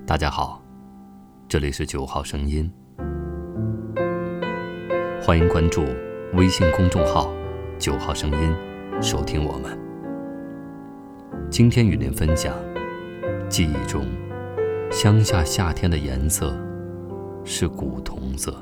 大家好，这里是9号声音，欢迎关注微信公众号9号声音，收听我们。今天与您分享，记忆中乡下夏天的颜色是古铜色。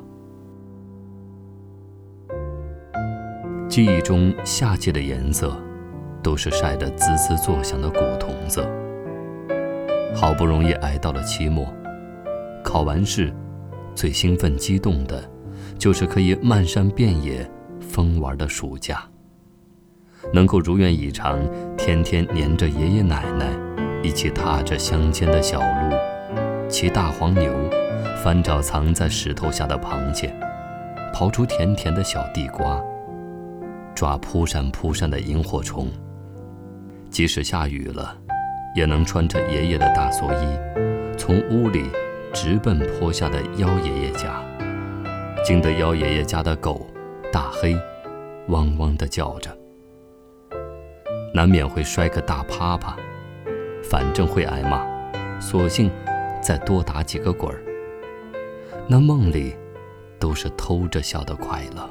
记忆中夏季的颜色都是晒得滋滋作响的古铜色。好不容易挨到了期末，考完试，最兴奋激动的就是可以漫山遍野疯玩的暑假，能够如愿以偿，天天黏着爷爷奶奶，一起踏着乡间的小路，骑大黄牛，翻找藏在石头下的螃蟹，刨出甜甜的小地瓜，抓扑闪扑闪的萤火虫。即使下雨了，也能穿着爷爷的大蓑衣，从屋里直奔坡下的幺爷爷家，惊得幺爷爷家的狗大黑汪汪地叫着，难免会摔个大趴趴，反正会挨骂，索性再多打几个滚儿。那梦里都是偷着笑的快乐。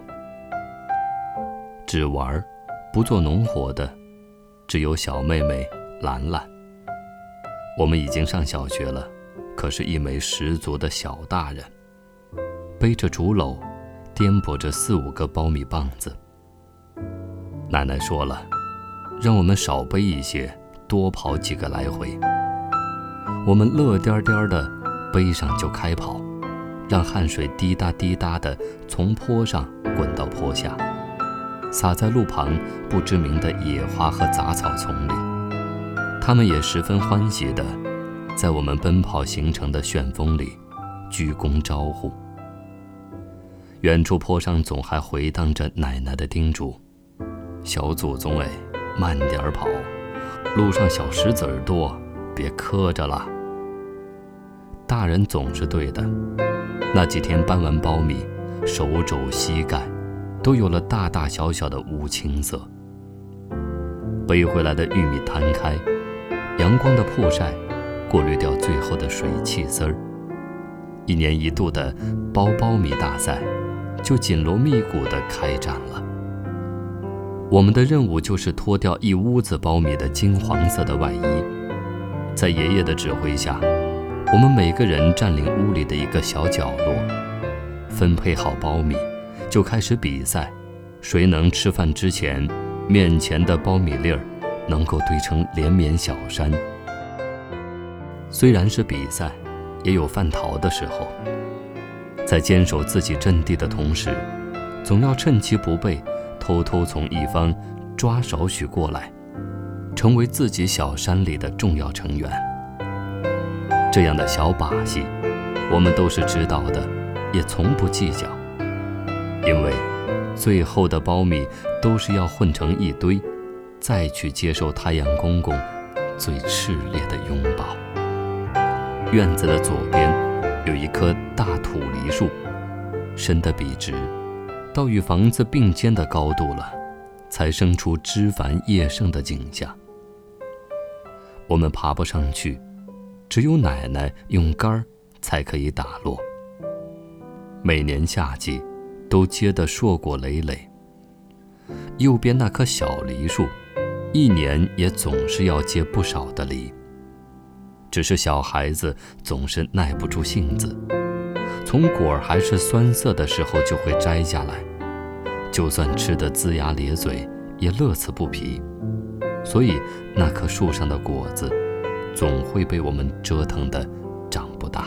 只玩不做农活的只有小妹妹兰兰。我们已经上小学了，可是一枚十足的小大人，背着竹篓，颠簸着4、5个苞米棒子。奶奶说了，让我们少背一些，多跑几个来回。我们乐颠颠的背上就开跑，让汗水滴答滴答的从坡上滚到坡下，洒在路旁不知名的野花和杂草丛里。他们也十分欢喜的在我们奔跑形成的旋风里鞠躬招呼。远处坡上总还回荡着奶奶的叮嘱，小祖宗哎，慢点跑，路上小石子儿多，别磕着了。大人总是对的，那几天搬完苞米，手肘膝盖都有了大大小小的乌青色。背回来的玉米摊开，阳光的曝晒过滤掉最后的水汽丝儿。1年1度的包苞米大赛就紧锣密鼓地开展了。我们的任务就是脱掉一屋子苞米的金黄色的外衣，在爷爷的指挥下，我们每个人占领屋里的一个小角落，分配好苞米，就开始比赛，谁能吃饭之前面前的苞米粒儿能够堆成连绵小山。虽然是比赛，也有犯逃的时候，在坚守自己阵地的同时，总要趁其不备，偷偷从一方抓少许过来，成为自己小山里的重要成员。这样的小把戏，我们都是知道的，也从不计较，因为最后的苞米都是要混成一堆，再去接受太阳公公最炽烈的拥抱。院子的左边有一棵大土梨树，伸得笔直，到与房子并肩的高度了，才生出枝繁叶盛的景象。我们爬不上去，只有奶奶用杆儿才可以打落。每年夏季都结得硕果累累。右边那棵小梨树1年也总是要结不少的梨，只是小孩子总是耐不住性子，从果儿还是酸涩的时候就会摘下来，就算吃得龇牙咧嘴也乐此不疲，所以那棵树上的果子总会被我们折腾得长不大。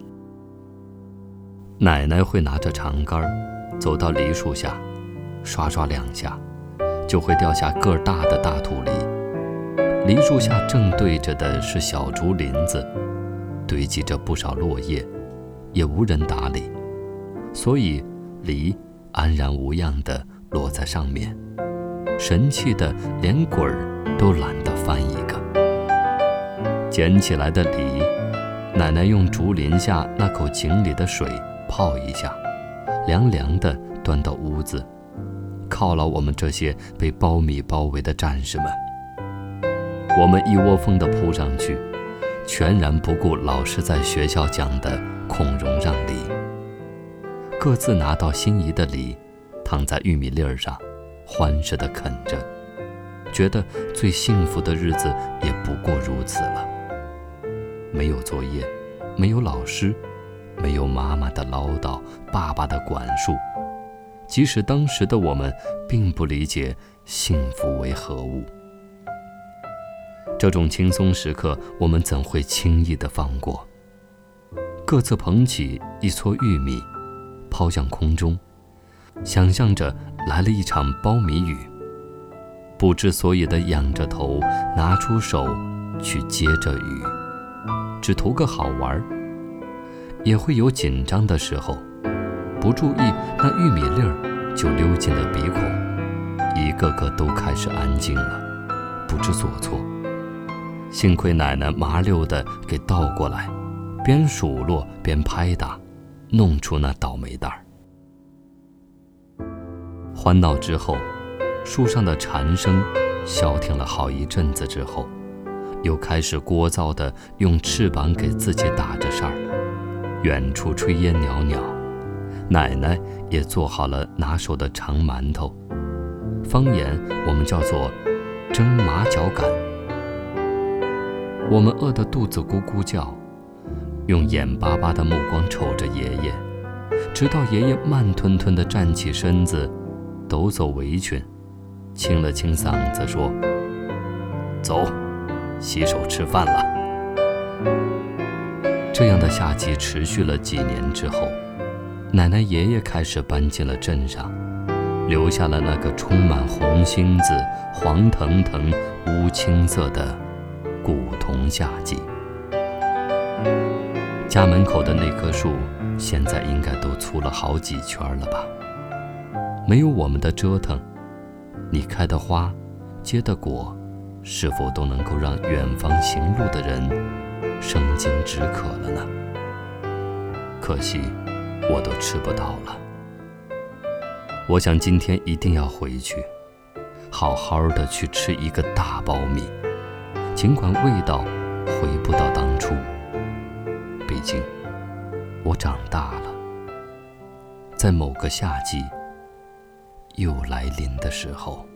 奶奶会拿着长杆走到梨树下，刷刷2下，就会掉下个儿大的大土梨。梨树下正对着的是小竹林子，堆积着不少落叶，也无人打理，所以梨安然无恙地落在上面，神气的连滚儿都懒得翻一个。捡起来的梨，奶奶用竹林下那口井里的水泡一下，凉凉的端到屋子，犒劳我们这些被苞米包围的战士们。我们一窝蜂地扑上去， 全然不顾老师在学校讲的孔融让梨，各自拿到心仪的梨，躺在玉米粒儿上，欢实地啃着，觉得最幸福的日子也不过如此了。没有作业，没有老师，没有妈妈的唠叨，爸爸的管束，即使当时的我们并不理解幸福为何物。这种轻松时刻，我们怎会轻易地放过？各自捧起一撮玉米，抛向空中，想象着来了一场苞米雨，不知所以地仰着头，拿出手去接着雨，只图个好玩。也会有紧张的时候，不注意那玉米粒儿就溜进了鼻孔，一个个都开始安静了，不知所措。幸亏奶奶麻溜地给倒过来，边数落边拍打，弄出那倒霉蛋儿。欢闹之后，树上的蝉声消停了好一阵子之后，又开始聒噪地用翅膀给自己打着扇儿。远处炊烟袅袅，奶奶也做好了拿手的长馒头，方言我们叫做蒸马脚杆。我们饿得肚子咕咕叫，用眼巴巴的目光瞅着爷爷，直到爷爷慢吞吞地站起身子，抖走围裙，清了清嗓子说：“走，洗手吃饭了。”这样的夏季持续了几年之后，奶奶爷爷开始搬进了镇上，留下了那个充满红星子、黄腾腾、乌青色的古铜夏季。家门口的那棵树现在应该都粗了好几圈了吧？没有我们的折腾，你开的花，结的果，是否都能够让远方行路的人生津止渴了呢？可惜我都吃不到了。我想今天一定要回去，好好的去吃一个大苞米，尽管味道回不到当初，毕竟我长大了，在某个夏季又来临的时候。